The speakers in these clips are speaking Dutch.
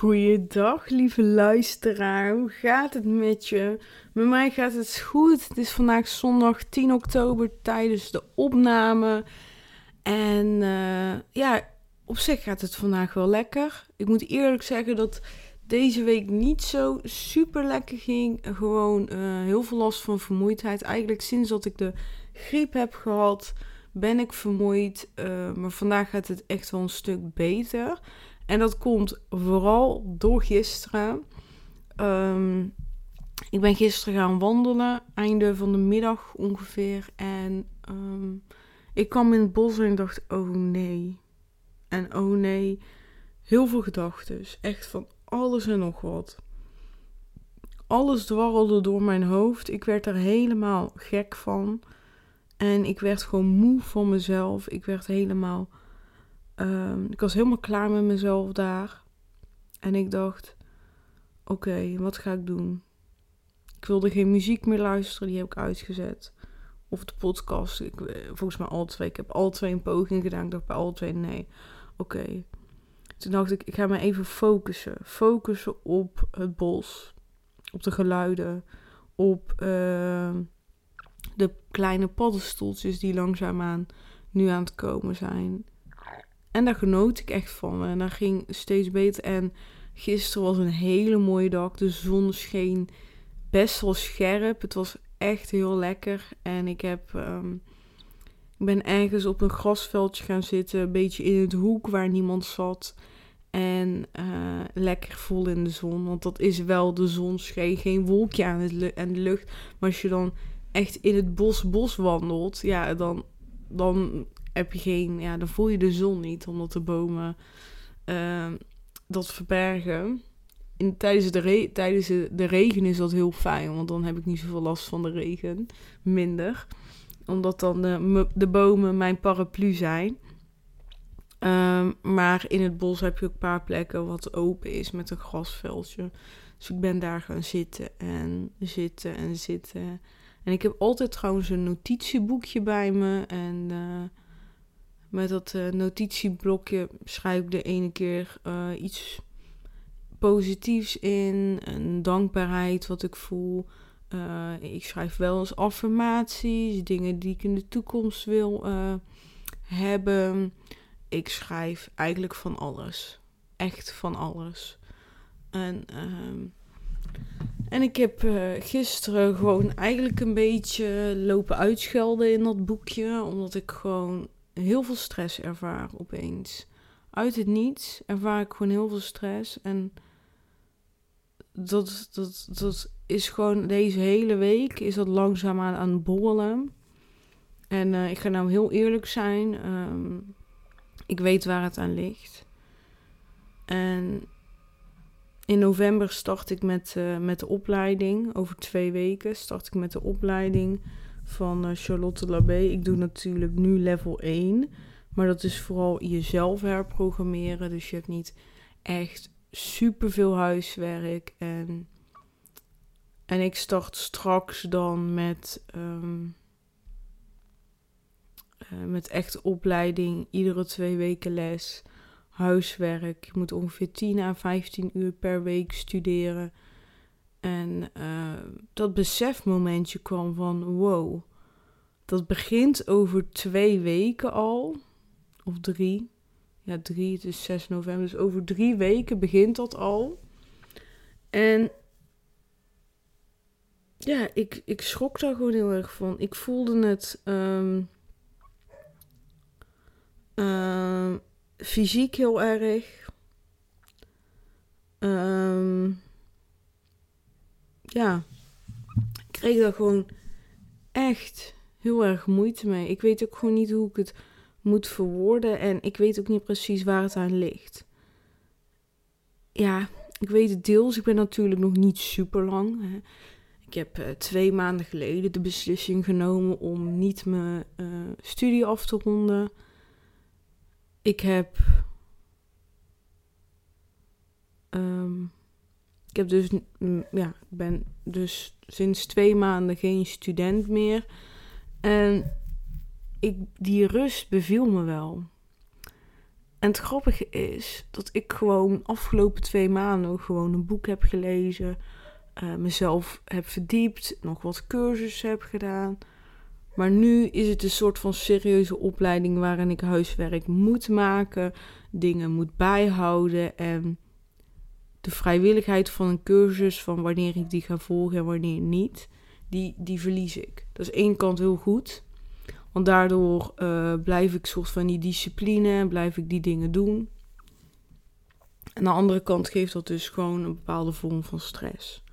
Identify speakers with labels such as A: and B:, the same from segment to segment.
A: Goeiedag, lieve luisteraar. Hoe gaat het met je? Met mij gaat het goed. Het is vandaag zondag 10 oktober tijdens de opname. En op zich gaat het vandaag wel lekker. Ik moet eerlijk zeggen dat deze week niet zo super lekker ging. Gewoon heel veel last van vermoeidheid. Eigenlijk sinds dat ik de griep heb gehad, ben ik vermoeid. Maar vandaag gaat het echt wel een stuk beter. En dat komt vooral door gisteren. Ik ben gisteren gaan wandelen, einde van de middag ongeveer. En ik kwam in het bos en ik dacht, oh nee. En oh nee, heel veel gedachten. Echt van alles en nog wat. Alles dwarrelde door mijn hoofd. Ik werd er helemaal gek van. En ik werd gewoon moe van mezelf. Ik was helemaal klaar met mezelf daar. En ik dacht, oké, wat ga ik doen? Ik wilde geen muziek meer luisteren, die heb ik uitgezet. Of de podcast, volgens mij alle twee. Ik heb alle twee een poging gedaan, ik dacht bij alle twee nee. Oké. Toen dacht ik ga me even focussen. Focussen op het bos. Op de geluiden. Op de kleine paddenstoeltjes die langzaamaan nu aan het komen zijn. En daar genoot ik echt van. En dat ging steeds beter. En gisteren was een hele mooie dag. De zon scheen best wel scherp. Het was echt heel lekker. En ik ben ergens op een grasveldje gaan zitten. Een beetje in het hoek waar niemand zat. En lekker vol in de zon. Want dat is wel de zon. Scheen geen wolkje aan de lucht. Maar als je dan echt in het bos wandelt. Ja, dan heb je dan voel je de zon niet, omdat de bomen dat verbergen. Tijdens de regen is dat heel fijn, want dan heb ik niet zoveel last van de regen. Minder. Omdat dan de bomen mijn paraplu zijn. Maar in het bos heb je ook een paar plekken wat open is met een grasveldje. Dus ik ben daar gaan zitten en zitten en zitten. En ik heb altijd trouwens een notitieboekje bij me. En met dat notitieblokje schrijf ik de ene keer iets positiefs in. Een dankbaarheid wat ik voel. Ik schrijf wel eens affirmaties. Dingen die ik in de toekomst wil hebben. Ik schrijf eigenlijk van alles. Echt van alles. En ik heb gisteren gewoon eigenlijk een beetje lopen uitschelden in dat boekje. Omdat ik gewoon heel veel stress ervaar opeens. Uit het niets ervaar ik gewoon heel veel stress. En dat is gewoon deze hele week is dat langzaamaan aan het borrelen. En ik ga nou heel eerlijk zijn. Ik weet waar het aan ligt. En in november start ik met de opleiding. Over 2 weken start ik met de opleiding van Charlotte Labé. Ik doe natuurlijk nu level 1. Maar dat is vooral jezelf herprogrammeren. Dus je hebt niet echt superveel huiswerk. En ik start straks dan met echt opleiding. Iedere 2 weken les. Huiswerk. Je moet ongeveer 10 à 15 uur per week studeren. En dat besefmomentje kwam van wow. Dat begint over 2 weken al. Of 3. Ja, 3. Het is 6 november. Dus over 3 weken begint dat al. En ja, ik schrok daar gewoon heel erg van. Ik voelde het fysiek heel erg. Ik kreeg daar gewoon echt heel erg moeite mee. Ik weet ook gewoon niet hoe ik het moet verwoorden. En ik weet ook niet precies waar het aan ligt. Ja, ik weet het deels. Ik ben natuurlijk nog niet super lang. Hè. Ik heb 2 maanden geleden de beslissing genomen om niet mijn studie af te ronden. Ik ben dus sinds 2 maanden geen student meer. En die rust beviel me wel. En het grappige is dat ik gewoon afgelopen 2 maanden gewoon een boek heb gelezen. Mezelf heb verdiept, nog wat cursussen heb gedaan. Maar nu is het een soort van serieuze opleiding waarin ik huiswerk moet maken, dingen moet bijhouden en de vrijwilligheid van een cursus, van wanneer ik die ga volgen en wanneer niet, die verlies ik. Dat is aan de ene kant heel goed, want daardoor blijf ik soort van die discipline, blijf ik die dingen doen. Aan de andere kant geeft dat dus gewoon een bepaalde vorm van stress.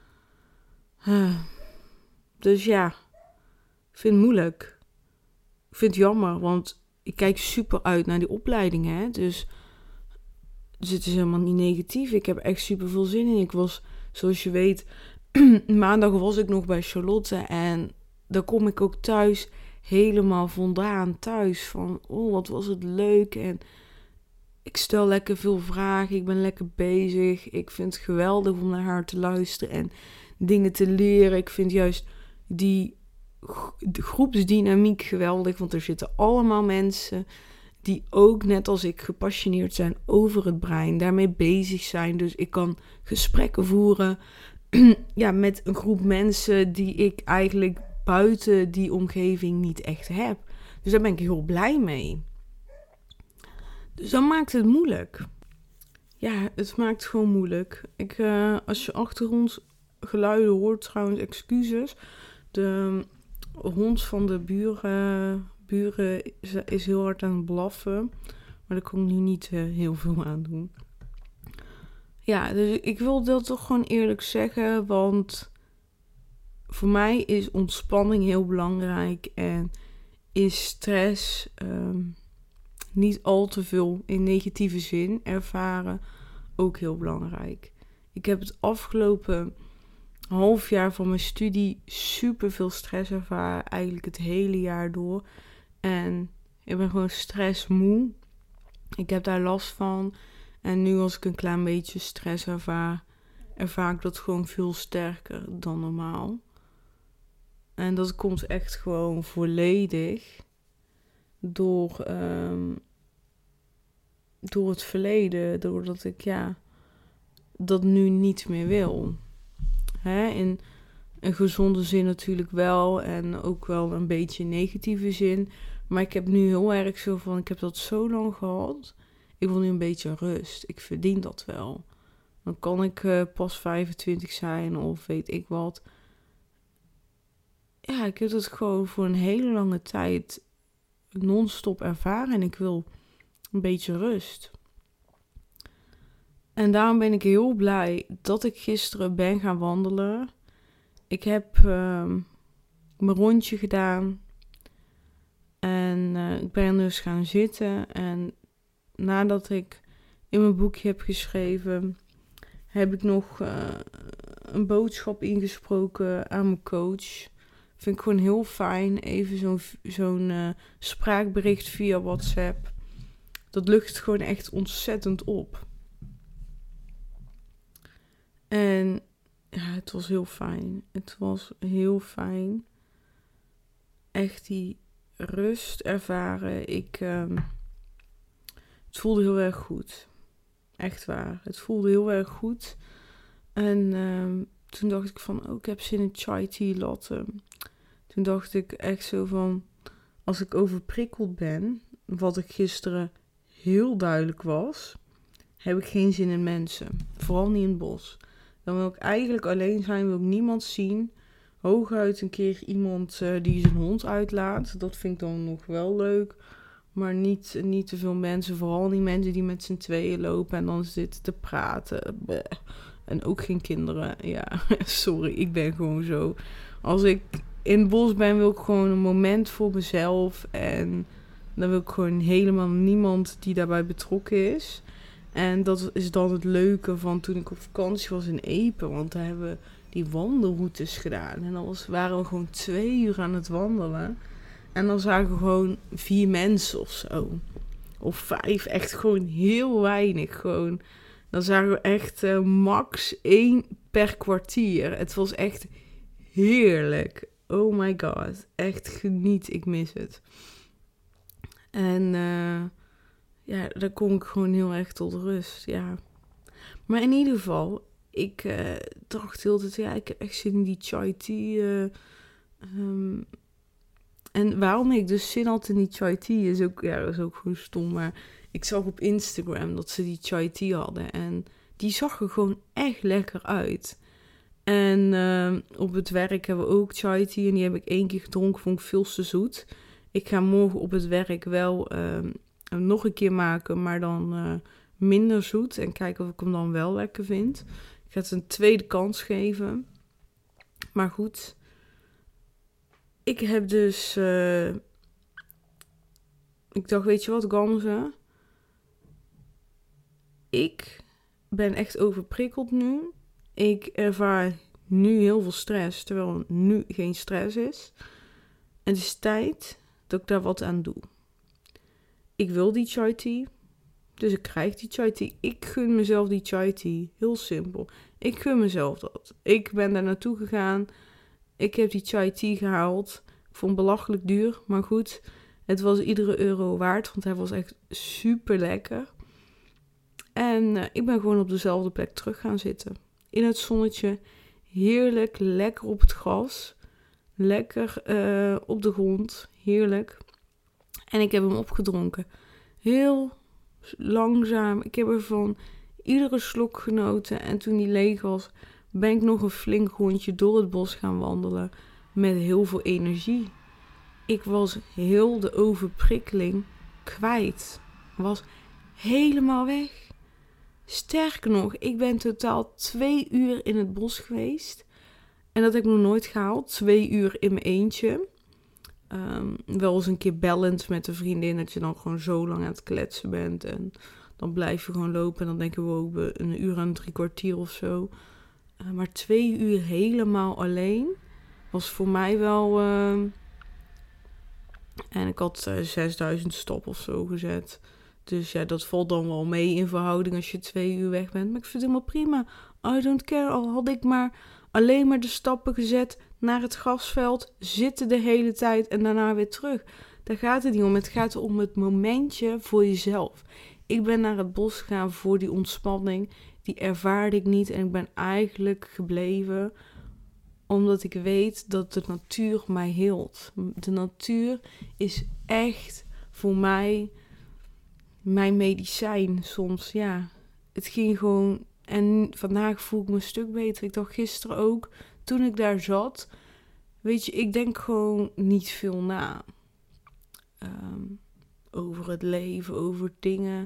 A: Dus ja, ik vind het moeilijk. Ik vind het jammer, want ik kijk super uit naar die opleiding, hè. Dus het is helemaal niet negatief. Ik heb echt super veel zin in. Ik was, zoals je weet, maandag was ik nog bij Charlotte. En dan kom ik ook thuis helemaal voldaan thuis. Van, oh, wat was het leuk. En ik stel lekker veel vragen. Ik ben lekker bezig. Ik vind het geweldig om naar haar te luisteren en dingen te leren. Ik vind juist de groepsdynamiek geweldig. Want er zitten allemaal mensen die ook net als ik gepassioneerd zijn over het brein, daarmee bezig zijn. Dus ik kan gesprekken voeren met een groep mensen die ik eigenlijk buiten die omgeving niet echt heb. Dus daar ben ik heel blij mee. Dus dat maakt het moeilijk. Ja, het maakt het gewoon moeilijk. Als je achtergrondgeluiden hoort, trouwens, excuses. De hond van de buren is heel hard aan het blaffen. Maar daar kon ik nu niet heel veel aan doen. Ja, dus ik wil dat toch gewoon eerlijk zeggen. Want voor mij is ontspanning heel belangrijk. En is stress niet al te veel in negatieve zin ervaren ook heel belangrijk. Ik heb het afgelopen half jaar van mijn studie super veel stress ervaren. Eigenlijk het hele jaar door. En ik ben gewoon stressmoe. Ik heb daar last van. En nu als ik een klein beetje stress ervaar ik dat gewoon veel sterker dan normaal. En dat komt echt gewoon volledig door het verleden. Doordat ik dat nu niet meer wil. In een gezonde zin natuurlijk wel. En ook wel een beetje in negatieve zin. Maar ik heb nu heel erg zo van, ik heb dat zo lang gehad. Ik wil nu een beetje rust. Ik verdien dat wel. Dan kan ik pas 25 zijn of weet ik wat. Ja, ik heb het gewoon voor een hele lange tijd non-stop ervaren. En ik wil een beetje rust. En daarom ben ik heel blij dat ik gisteren ben gaan wandelen. Ik heb mijn rondje gedaan. En ik ben dus gaan zitten. En nadat ik in mijn boekje heb geschreven, heb ik nog een boodschap ingesproken aan mijn coach. Vind ik gewoon heel fijn. Even zo'n spraakbericht via WhatsApp. Dat lucht gewoon echt ontzettend op. En ja, het was heel fijn. Het was heel fijn. Echt die rust ervaren. Het voelde heel erg goed. Echt waar. Het voelde heel erg goed. En toen dacht ik van, ik heb zin in chai tea latte. Toen dacht ik echt zo van, als ik overprikkeld ben, wat ik gisteren heel duidelijk was, heb ik geen zin in mensen. Vooral niet in het bos. Dan wil ik eigenlijk alleen zijn, wil ik niemand zien. Hooguit een keer iemand die zijn hond uitlaat. Dat vind ik dan nog wel leuk. Maar niet te veel mensen. Vooral niet mensen die met z'n tweeën lopen en dan zitten te praten. Bleh. En ook geen kinderen. Ja, sorry, ik ben gewoon zo. Als ik in het bos ben, wil ik gewoon een moment voor mezelf. En dan wil ik gewoon helemaal niemand die daarbij betrokken is. En dat is dan het leuke van toen ik op vakantie was in Epe. Want daar hebben we die wandelroutes gedaan. En dan waren we gewoon 2 uur aan het wandelen. En dan zagen we gewoon 4 mensen of zo. Of 5, echt gewoon heel weinig. Gewoon. Dan zagen we echt max 1 per kwartier. Het was echt heerlijk. Oh my god. Echt geniet, ik mis het. En ja, daar kom ik gewoon heel erg tot rust, ja. Maar in ieder geval, ik dacht heel de tijd, ja, ik heb echt zin in die chai tea. En waarom ik dus zin had in die chai tea is ook, ja, dat is ook gewoon stom. Maar ik zag op Instagram dat ze die chai tea hadden. En die zag er gewoon echt lekker uit. En op het werk hebben we ook chai tea. En die heb ik 1 keer gedronken, vond ik veel te zoet. Ik ga morgen op het werk wel nog een keer maken, maar dan minder zoet. En kijken of ik hem dan wel lekker vind. Ik ga het een tweede kans geven. Maar goed. Ik heb dus... ik dacht, weet je wat, Gamze? Ik ben echt overprikkeld nu. Ik ervaar nu heel veel stress, terwijl nu geen stress is. En het is tijd dat ik daar wat aan doe. Ik wil die chai tea, dus ik krijg die chai tea. Ik gun mezelf die chai tea. Heel simpel. Ik gun mezelf dat. Ik ben daar naartoe gegaan. Ik heb die chai tea gehaald. Ik vond het belachelijk duur, maar goed. Het was iedere euro waard, want hij was echt super lekker. En ik ben gewoon op dezelfde plek terug gaan zitten. In het zonnetje. Heerlijk, lekker op het gras. Lekker op de grond. Heerlijk. En ik heb hem opgedronken. Heel langzaam. Ik heb ervan iedere slok genoten. En toen die leeg was, ben ik nog een flink rondje door het bos gaan wandelen. Met heel veel energie. Ik was heel de overprikkeling kwijt. Was helemaal weg. Sterker nog, ik ben totaal 2 uur in het bos geweest. En dat heb ik nog nooit gehaald. 2 uur in mijn eentje. Wel eens een keer bellend met een vriendin. Dat je dan gewoon zo lang aan het kletsen bent. En dan blijf je gewoon lopen. En dan denken we ook 1 uur en 3 kwartier of zo. Maar 2 uur helemaal alleen was voor mij wel... En ik had 6000 stap of zo gezet. Dus ja, dat valt dan wel mee in verhouding als je 2 uur weg bent. Maar ik vind het helemaal prima. I don't care. Al had ik maar alleen maar de stappen gezet naar het grasveld. Zitten de hele tijd en daarna weer terug. Daar gaat het niet om. Het gaat om het momentje voor jezelf. Ik ben naar het bos gegaan voor die ontspanning. Die ervaarde ik niet. En ik ben eigenlijk gebleven omdat ik weet dat de natuur mij heelt. De natuur is echt voor mij mijn medicijn soms. Ja, het ging gewoon... En vandaag voel ik me een stuk beter. Ik dacht gisteren ook, toen ik daar zat... Weet je, ik denk gewoon niet veel na. Over het leven, over dingen.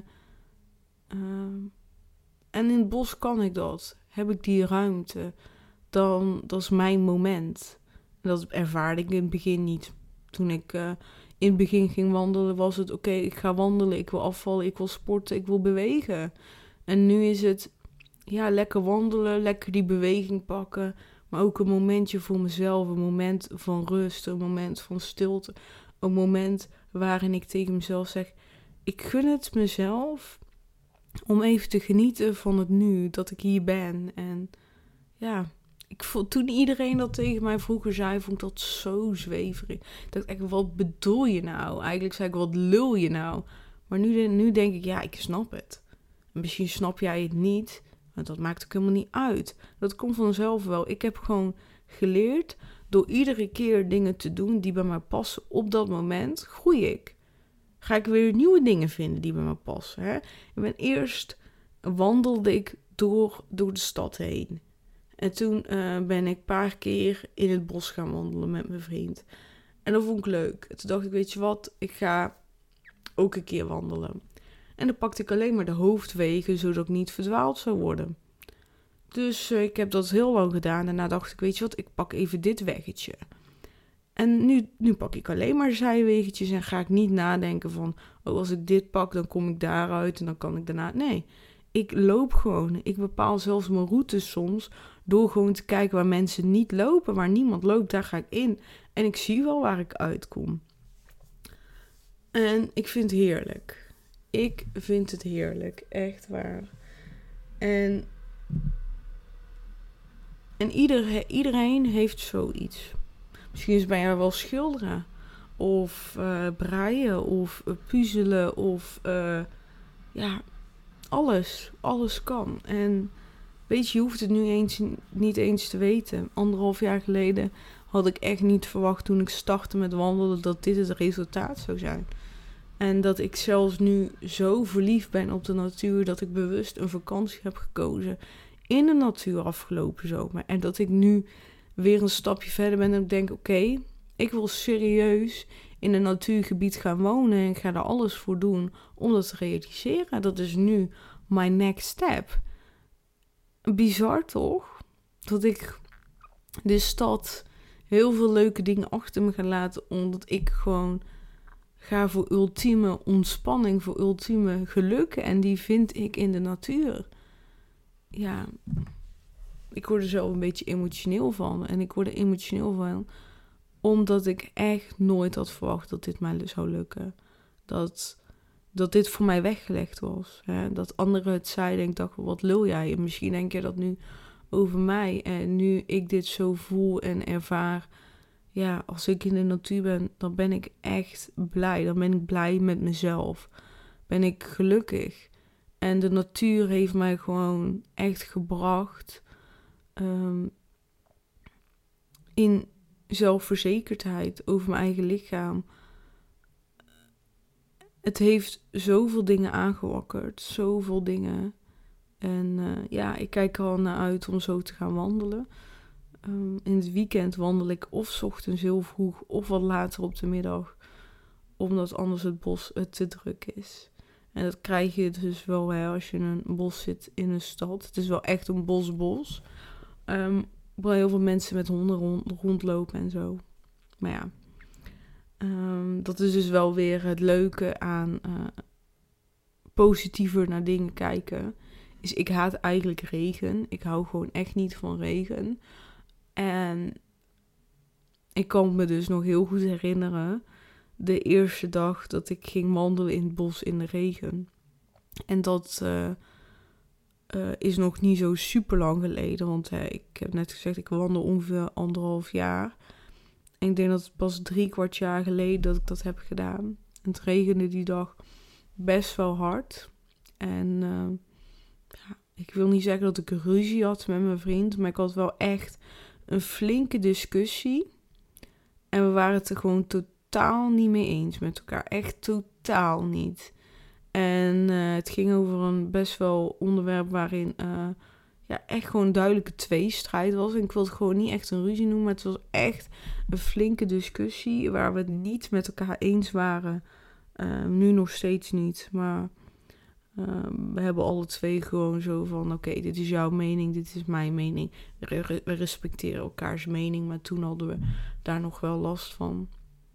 A: En in het bos kan ik dat. Heb ik die ruimte. Dan, dat is mijn moment. En dat ervaarde ik in het begin niet. Toen ik in het begin ging wandelen, was het oké, ik ga wandelen, ik wil afvallen, ik wil sporten, ik wil bewegen. En nu is het, ja, lekker wandelen, lekker die beweging pakken. Maar ook een momentje voor mezelf, een moment van rust, een moment van stilte. Een moment waarin ik tegen mezelf zeg, ik gun het mezelf om even te genieten van het nu, dat ik hier ben. En ja... Toen iedereen dat tegen mij vroeger zei, vond ik dat zo zweverig. Ik dacht echt, wat bedoel je nou? Eigenlijk zei ik, wat lul je nou? Maar nu denk ik, ja, ik snap het. En misschien snap jij het niet, want dat maakt ook helemaal niet uit. Dat komt vanzelf wel. Ik heb gewoon geleerd, door iedere keer dingen te doen die bij mij passen op dat moment, groei ik. Ga ik weer nieuwe dingen vinden die bij me passen. Hè? Eerst wandelde ik door de stad heen. En toen ben ik een paar keer in het bos gaan wandelen met mijn vriend. En dat vond ik leuk. En toen dacht ik, weet je wat, ik ga ook een keer wandelen. En dan pakte ik alleen maar de hoofdwegen, zodat ik niet verdwaald zou worden. Dus ik heb dat heel lang gedaan. Daarna dacht ik, weet je wat, ik pak even dit weggetje. En nu pak ik alleen maar zijwegetjes en ga ik niet nadenken van... oh, als ik dit pak, dan kom ik daaruit en dan kan ik daarna... Nee, ik loop gewoon. Ik bepaal zelfs mijn route soms door gewoon te kijken waar mensen niet lopen, waar niemand loopt, daar ga ik in. En ik zie wel waar ik uitkom. En ik vind het heerlijk. Ik vind het heerlijk, echt waar. En iedereen heeft zoiets. Misschien is bij jou wel schilderen. Of breien. Of puzzelen. Of ja, alles kan. En weet je, je hoeft het nu niet eens te weten. 1,5 jaar geleden had ik echt niet verwacht toen ik startte met wandelen dat dit het resultaat zou zijn. En dat ik zelfs nu zo verliefd ben op de natuur dat ik bewust een vakantie heb gekozen in de natuur afgelopen zomer. En dat ik nu weer een stapje verder ben en ik denk, oké, ik wil serieus in een natuurgebied gaan wonen en ik ga er alles voor doen om dat te realiseren. Dat is nu my next step. Bizar toch? Dat ik de stad heel veel leuke dingen achter me ga laten, omdat ik gewoon ga voor ultieme ontspanning, voor ultieme geluk. En die vind ik in de natuur. Ja, ik word er zelf een beetje emotioneel van. En ik word er emotioneel van omdat ik echt nooit had verwacht dat dit mij zou lukken. Dat dit voor mij weggelegd was. Hè? Dat anderen het zeiden en ik dacht, wat lul jij? En misschien denk je dat nu over mij. En nu ik dit zo voel en ervaar, ja, als ik in de natuur ben, dan ben ik echt blij. Dan ben ik blij met mezelf. Ben ik gelukkig. En de natuur heeft mij gewoon echt gebracht in zelfverzekerdheid over mijn eigen lichaam. Het heeft zoveel dingen aangewakkerd. Zoveel dingen. En ik kijk er al naar uit om zo te gaan wandelen. In het weekend wandel ik of 's ochtends heel vroeg of wat later op de middag. Omdat anders het bos te druk is. En dat krijg je dus wel als je in een bos zit in een stad. Het is wel echt een bos. Waar heel veel mensen met honden rondlopen en zo. Maar ja, dat is dus wel weer het leuke aan positiever naar dingen kijken. Is ik haat eigenlijk regen. Ik hou gewoon echt niet van regen. En ik kan me dus nog heel goed herinneren de eerste dag dat ik ging wandelen in het bos in de regen. En dat is nog niet zo super lang geleden. Want ik heb net gezegd, ik wandel ongeveer 1,5 jaar. En ik denk dat het pas 3/4 jaar geleden dat ik dat heb gedaan. En het regende die dag best wel hard. En ik wil niet zeggen dat ik een ruzie had met mijn vriend. Maar ik had wel echt een flinke discussie. En we waren het er gewoon totaal niet mee eens met elkaar. Echt totaal niet. En het ging over een best wel onderwerp waarin echt gewoon duidelijke tweestrijd was. En ik wil het gewoon niet echt een ruzie noemen, maar het was echt een flinke discussie waar we het niet met elkaar eens waren. Nu nog steeds niet, maar we hebben alle twee gewoon zo van, oké, dit is jouw mening, dit is mijn mening. We respecteren elkaars mening, maar toen hadden we daar nog wel last van.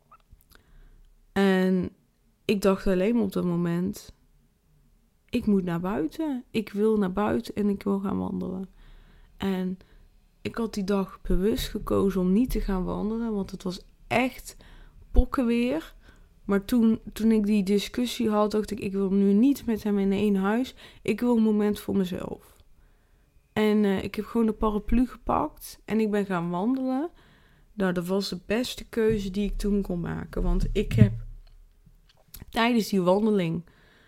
A: En ik dacht alleen maar op dat moment, ik moet naar buiten. Ik wil naar buiten en ik wil gaan wandelen. En ik had die dag bewust gekozen om niet te gaan wandelen, want het was echt pokkenweer. Maar toen ik die discussie had, dacht ik wil nu niet met hem in één huis. Ik wil een moment voor mezelf. En ik heb gewoon de paraplu gepakt en ik ben gaan wandelen. Nou, dat was de beste keuze die ik toen kon maken. Want ik heb tijdens die wandeling,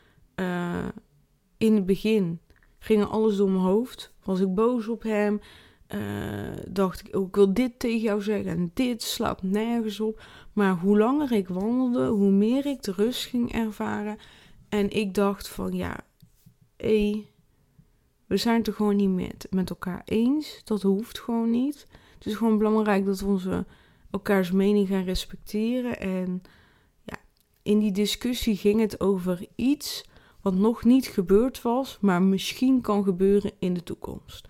A: in het begin, ging alles door mijn hoofd. Was ik boos op hem. Dacht ik, ik wil dit tegen jou zeggen en dit slaat nergens op. Maar hoe langer ik wandelde, hoe meer ik de rust ging ervaren. En ik dacht van we zijn het er gewoon niet met elkaar eens. Dat hoeft gewoon niet. Het is gewoon belangrijk dat we elkaars mening gaan respecteren. En ja, in die discussie ging het over iets wat nog niet gebeurd was, maar misschien kan gebeuren in de toekomst.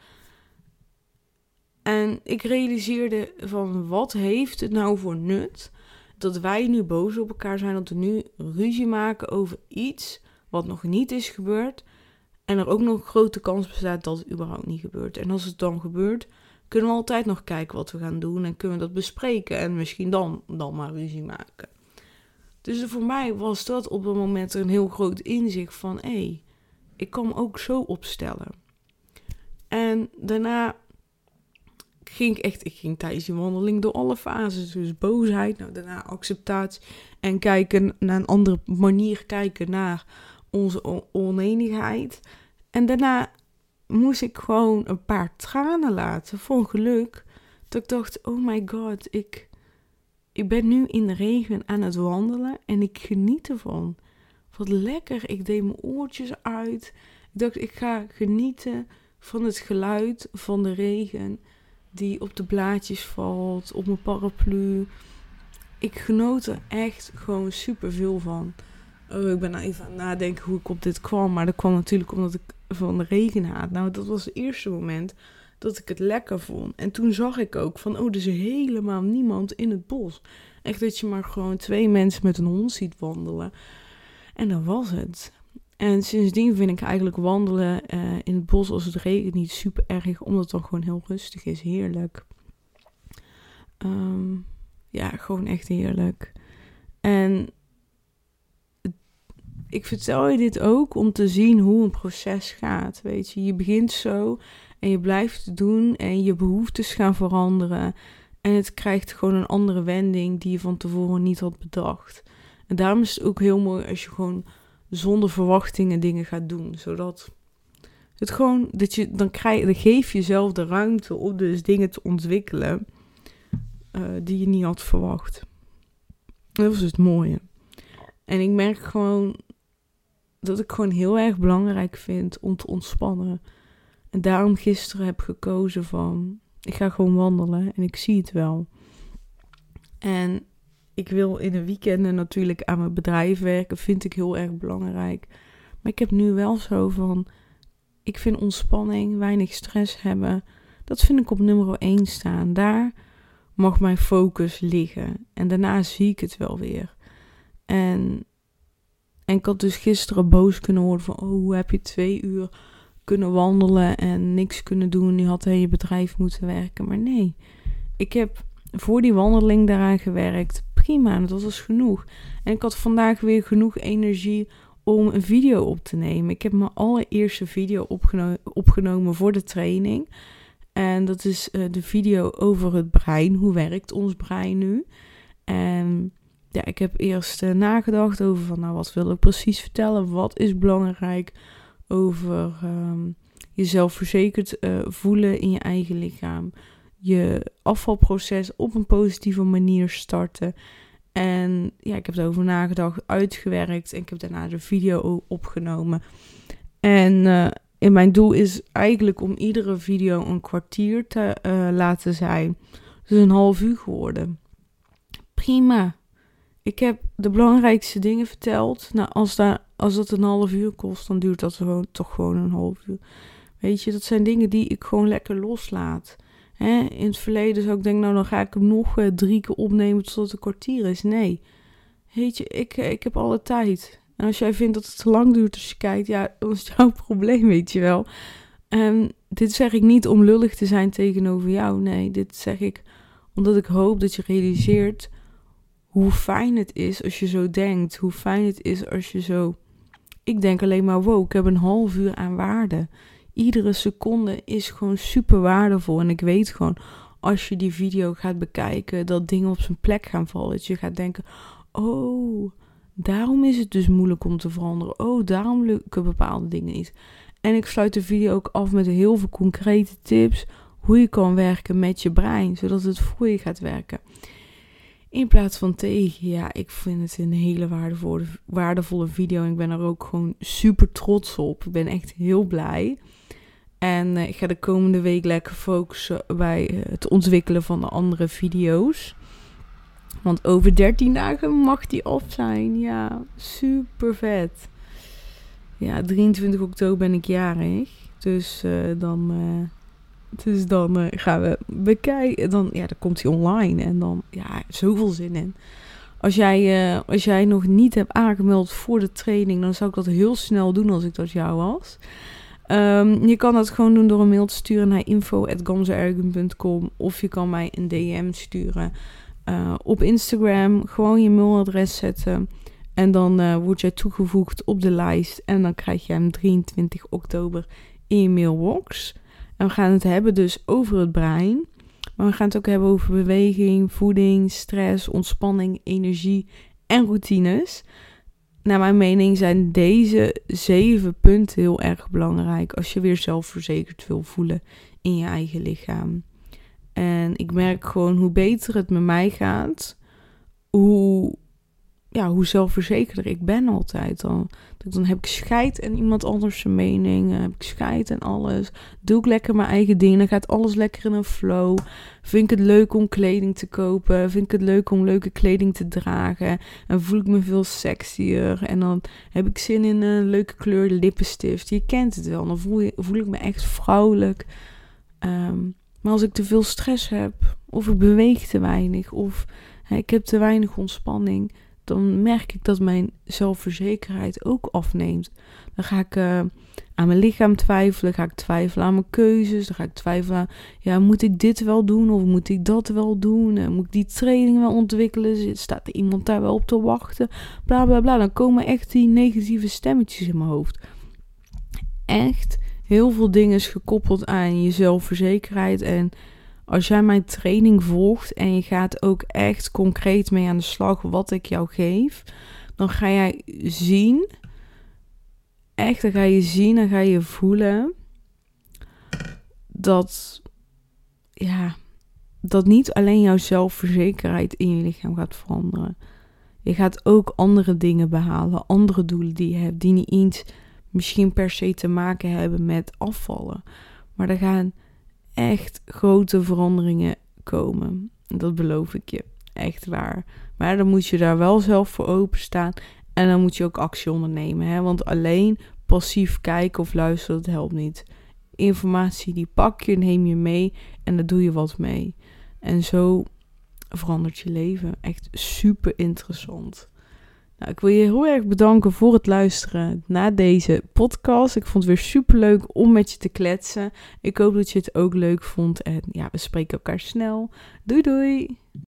A: En ik realiseerde van, wat heeft het nou voor nut dat wij nu boos op elkaar zijn, dat we nu ruzie maken over iets wat nog niet is gebeurd en er ook nog een grote kans bestaat dat het überhaupt niet gebeurt. En als het dan gebeurt, kunnen we altijd nog kijken wat we gaan doen en kunnen we dat bespreken en misschien dan maar ruzie maken. Dus voor mij was dat op dat moment een heel groot inzicht van, ik kan me ook zo opstellen. En daarna ging ik ging tijdens die wandeling door alle fases. Dus boosheid, daarna acceptatie en kijken naar een andere manier kijken naar onze oneenigheid. En daarna moest ik gewoon een paar tranen laten van geluk. Dat ik dacht, oh my god, ik ben nu in de regen aan het wandelen en ik geniet ervan. Wat lekker, ik deed mijn oortjes uit. Ik dacht, ik ga genieten van het geluid van de regen die op de blaadjes valt, op mijn paraplu. Ik genoot er echt gewoon super veel van. Oh, ik ben nou even aan het nadenken hoe ik op dit kwam. Maar dat kwam natuurlijk omdat ik van de regen haat. Nou, dat was het eerste moment dat ik het lekker vond. En toen zag ik ook van, er is helemaal niemand in het bos. Echt dat je maar gewoon 2 mensen met een hond ziet wandelen. En dat was het. En sindsdien vind ik eigenlijk wandelen in het bos als het regent niet super erg. Omdat het dan gewoon heel rustig is. Heerlijk. Ja, gewoon echt heerlijk. En ik vertel je dit ook om te zien hoe een proces gaat. Weet je, je begint zo en je blijft het doen en je behoeftes gaan veranderen. En het krijgt gewoon een andere wending die je van tevoren niet had bedacht. En daarom is het ook heel mooi als je gewoon zonder verwachtingen dingen gaat doen. Zodat het gewoon, dan geef je jezelf de ruimte om dus dingen te ontwikkelen die je niet had verwacht. Dat was het mooie. En ik merk gewoon dat ik gewoon heel erg belangrijk vind om te ontspannen. En daarom gisteren heb gekozen van, ik ga gewoon wandelen en ik zie het wel. En ik wil in de weekenden natuurlijk aan mijn bedrijf werken, vind ik heel erg belangrijk. Maar ik heb nu wel zo van, ik vind ontspanning, weinig stress hebben, dat vind ik op nummer 1 staan. Daar mag mijn focus liggen. En daarna zie ik het wel weer. En ik had dus gisteren boos kunnen worden van, hoe heb je 2 uur kunnen wandelen en niks kunnen doen. Je had in je bedrijf moeten werken. Maar nee, ik heb voor die wandeling daaraan gewerkt. Prima, dat was genoeg. En ik had vandaag weer genoeg energie om een video op te nemen. Ik heb mijn allereerste video opgenomen voor de training. En dat is de video over het brein. Hoe werkt ons brein nu? En ja, ik heb eerst nagedacht over van, wat wil ik precies vertellen? Wat is belangrijk over jezelf verzekerd voelen in je eigen lichaam? Je afvalproces op een positieve manier starten. En ja, ik heb erover nagedacht, uitgewerkt. En ik heb daarna de video opgenomen. En mijn doel is eigenlijk om iedere video een kwartier te laten zijn. Dus een half uur geworden. Prima. Ik heb de belangrijkste dingen verteld. Nou, als dat een half uur kost, dan duurt dat toch gewoon een half uur. Weet je, dat zijn dingen die ik gewoon lekker loslaat. In het verleden zou ik denken, dan ga ik hem nog 3 keer opnemen tot het een kwartier is. Nee. Weet je, ik heb alle tijd. En als jij vindt dat het te lang duurt als je kijkt, ja, dan is het jouw probleem, weet je wel. Dit zeg ik niet om lullig te zijn tegenover jou. Nee, dit zeg ik omdat ik hoop dat je realiseert hoe fijn het is als je zo denkt. Hoe fijn het is als je zo... Ik denk alleen maar, wow, ik heb een half uur aan waarde. Iedere seconde is gewoon super waardevol. En ik weet gewoon, als je die video gaat bekijken, dat dingen op zijn plek gaan vallen. Dat je gaat denken, oh, daarom is het dus moeilijk om te veranderen. Oh, daarom lukken bepaalde dingen niet. En ik sluit de video ook af met heel veel concrete tips hoe je kan werken met je brein, zodat het voor je gaat werken. In plaats van tegen, ja, ik vind het een hele waardevolle video. En ik ben er ook gewoon super trots op. Ik ben echt heel blij. En ik ga de komende week lekker focussen bij het ontwikkelen van de andere video's. Want over 13 dagen mag die af zijn. Ja, super vet. Ja, 23 oktober ben ik jarig. Dus dan gaan we bekijken. Dan komt hij online. En dan, ja, zoveel zin in. Als jij nog niet hebt aangemeld voor de training, dan zou ik dat heel snel doen als ik dat jou was. Je kan dat gewoon doen door een mail te sturen naar info@gamzeergun.com. Of je kan mij een DM sturen op Instagram. Gewoon je mailadres zetten. En dan word jij toegevoegd op de lijst. En dan krijg je hem 23 oktober in je mailbox. En we gaan het hebben dus over het brein. Maar we gaan het ook hebben over beweging, voeding, stress, ontspanning, energie en routines. naar mijn mening zijn deze 7 punten heel erg belangrijk als je weer zelfverzekerd wil voelen in je eigen lichaam. En ik merk gewoon hoe beter het met mij gaat, hoe zelfverzekerder ik ben altijd. Dan heb ik scheid en iemand anders zijn mening. Heb ik scheid en alles. Doe ik lekker mijn eigen ding. Dan gaat alles lekker in een flow. Vind ik het leuk om kleding te kopen. Vind ik het leuk om leuke kleding te dragen. En voel ik me veel sexier. En dan heb ik zin in een leuke kleur lippenstift. Je kent het wel. Dan voel ik me echt vrouwelijk. Maar als ik te veel stress heb. Of ik beweeg te weinig. Of ik heb te weinig ontspanning. Dan merk ik dat mijn zelfverzekerheid ook afneemt. Dan ga ik aan mijn lichaam twijfelen. Ga ik twijfelen aan mijn keuzes. Dan ga ik twijfelen aan, moet ik dit wel doen? Of moet ik dat wel doen? Moet ik die training wel ontwikkelen? Staat er iemand daar wel op te wachten? Bla, bla, bla. Dan komen echt die negatieve stemmetjes in mijn hoofd. Echt heel veel dingen is gekoppeld aan je zelfverzekerheid. En als jij mijn training volgt en je gaat ook echt concreet mee aan de slag wat ik jou geef, dan ga jij zien, dan ga je voelen dat niet alleen jouw zelfverzekerheid in je lichaam gaat veranderen. Je gaat ook andere dingen behalen, andere doelen die je hebt, die niet eens misschien per se te maken hebben met afvallen. Maar er gaan echt grote veranderingen komen. Dat beloof ik je. Echt waar. Maar dan moet je daar wel zelf voor openstaan. En dan moet je ook actie ondernemen. Hè? Want alleen passief kijken of luisteren, dat helpt niet. Informatie die pak je, neem je mee en daar doe je wat mee. En zo verandert je leven. Echt super interessant. Nou, ik wil je heel erg bedanken voor het luisteren naar deze podcast. Ik vond het weer super leuk om met je te kletsen. Ik hoop dat je het ook leuk vond. En we spreken elkaar snel. Doei doei!